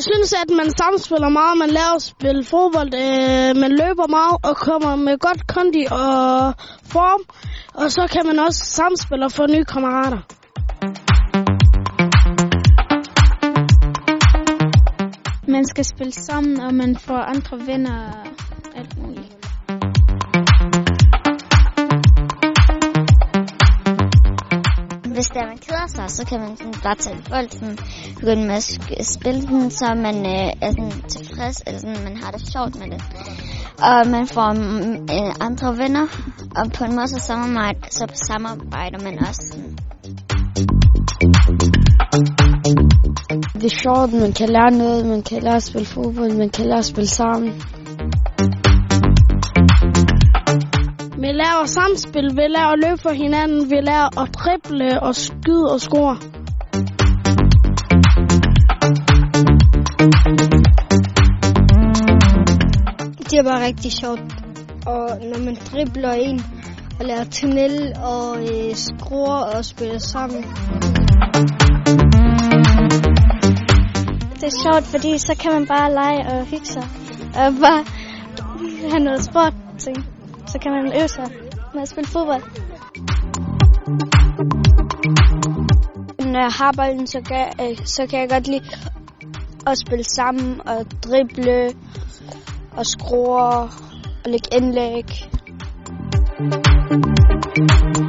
synes, at man samspiller meget. Man lærer at spille fodbold. Man løber meget og kommer med godt kondi og form. Og så kan man også samspille og få nye kammerater. Man skal spille sammen, og man får andre venner og alt muligt. Hvis der man keder sig, så kan man sådan bare tage bolden, begynde med at spille den, så man er sådan tilfreds, eller sådan, man har det sjovt med det. Og man får andre venner, og på en måde så samarbejder man også. Det er sjovt, man kan lære noget, man kan lære at spille fodbold, man kan lære at spille sammen. Vi lærer samspil, vi lærer at løbe for hinanden, vi lærer at drible og skyde og score. Det er bare rigtig sjovt, og når man dribler en og lærer tunnel og score og spille sammen. Det er sjovt, fordi så kan man bare lege og hygge sig og bare have noget sport ting. Så kan man øve sig med at spille fodbold. Når jeg har bolden, så kan jeg godt lide at spille sammen og drible og score og lægge indlæg.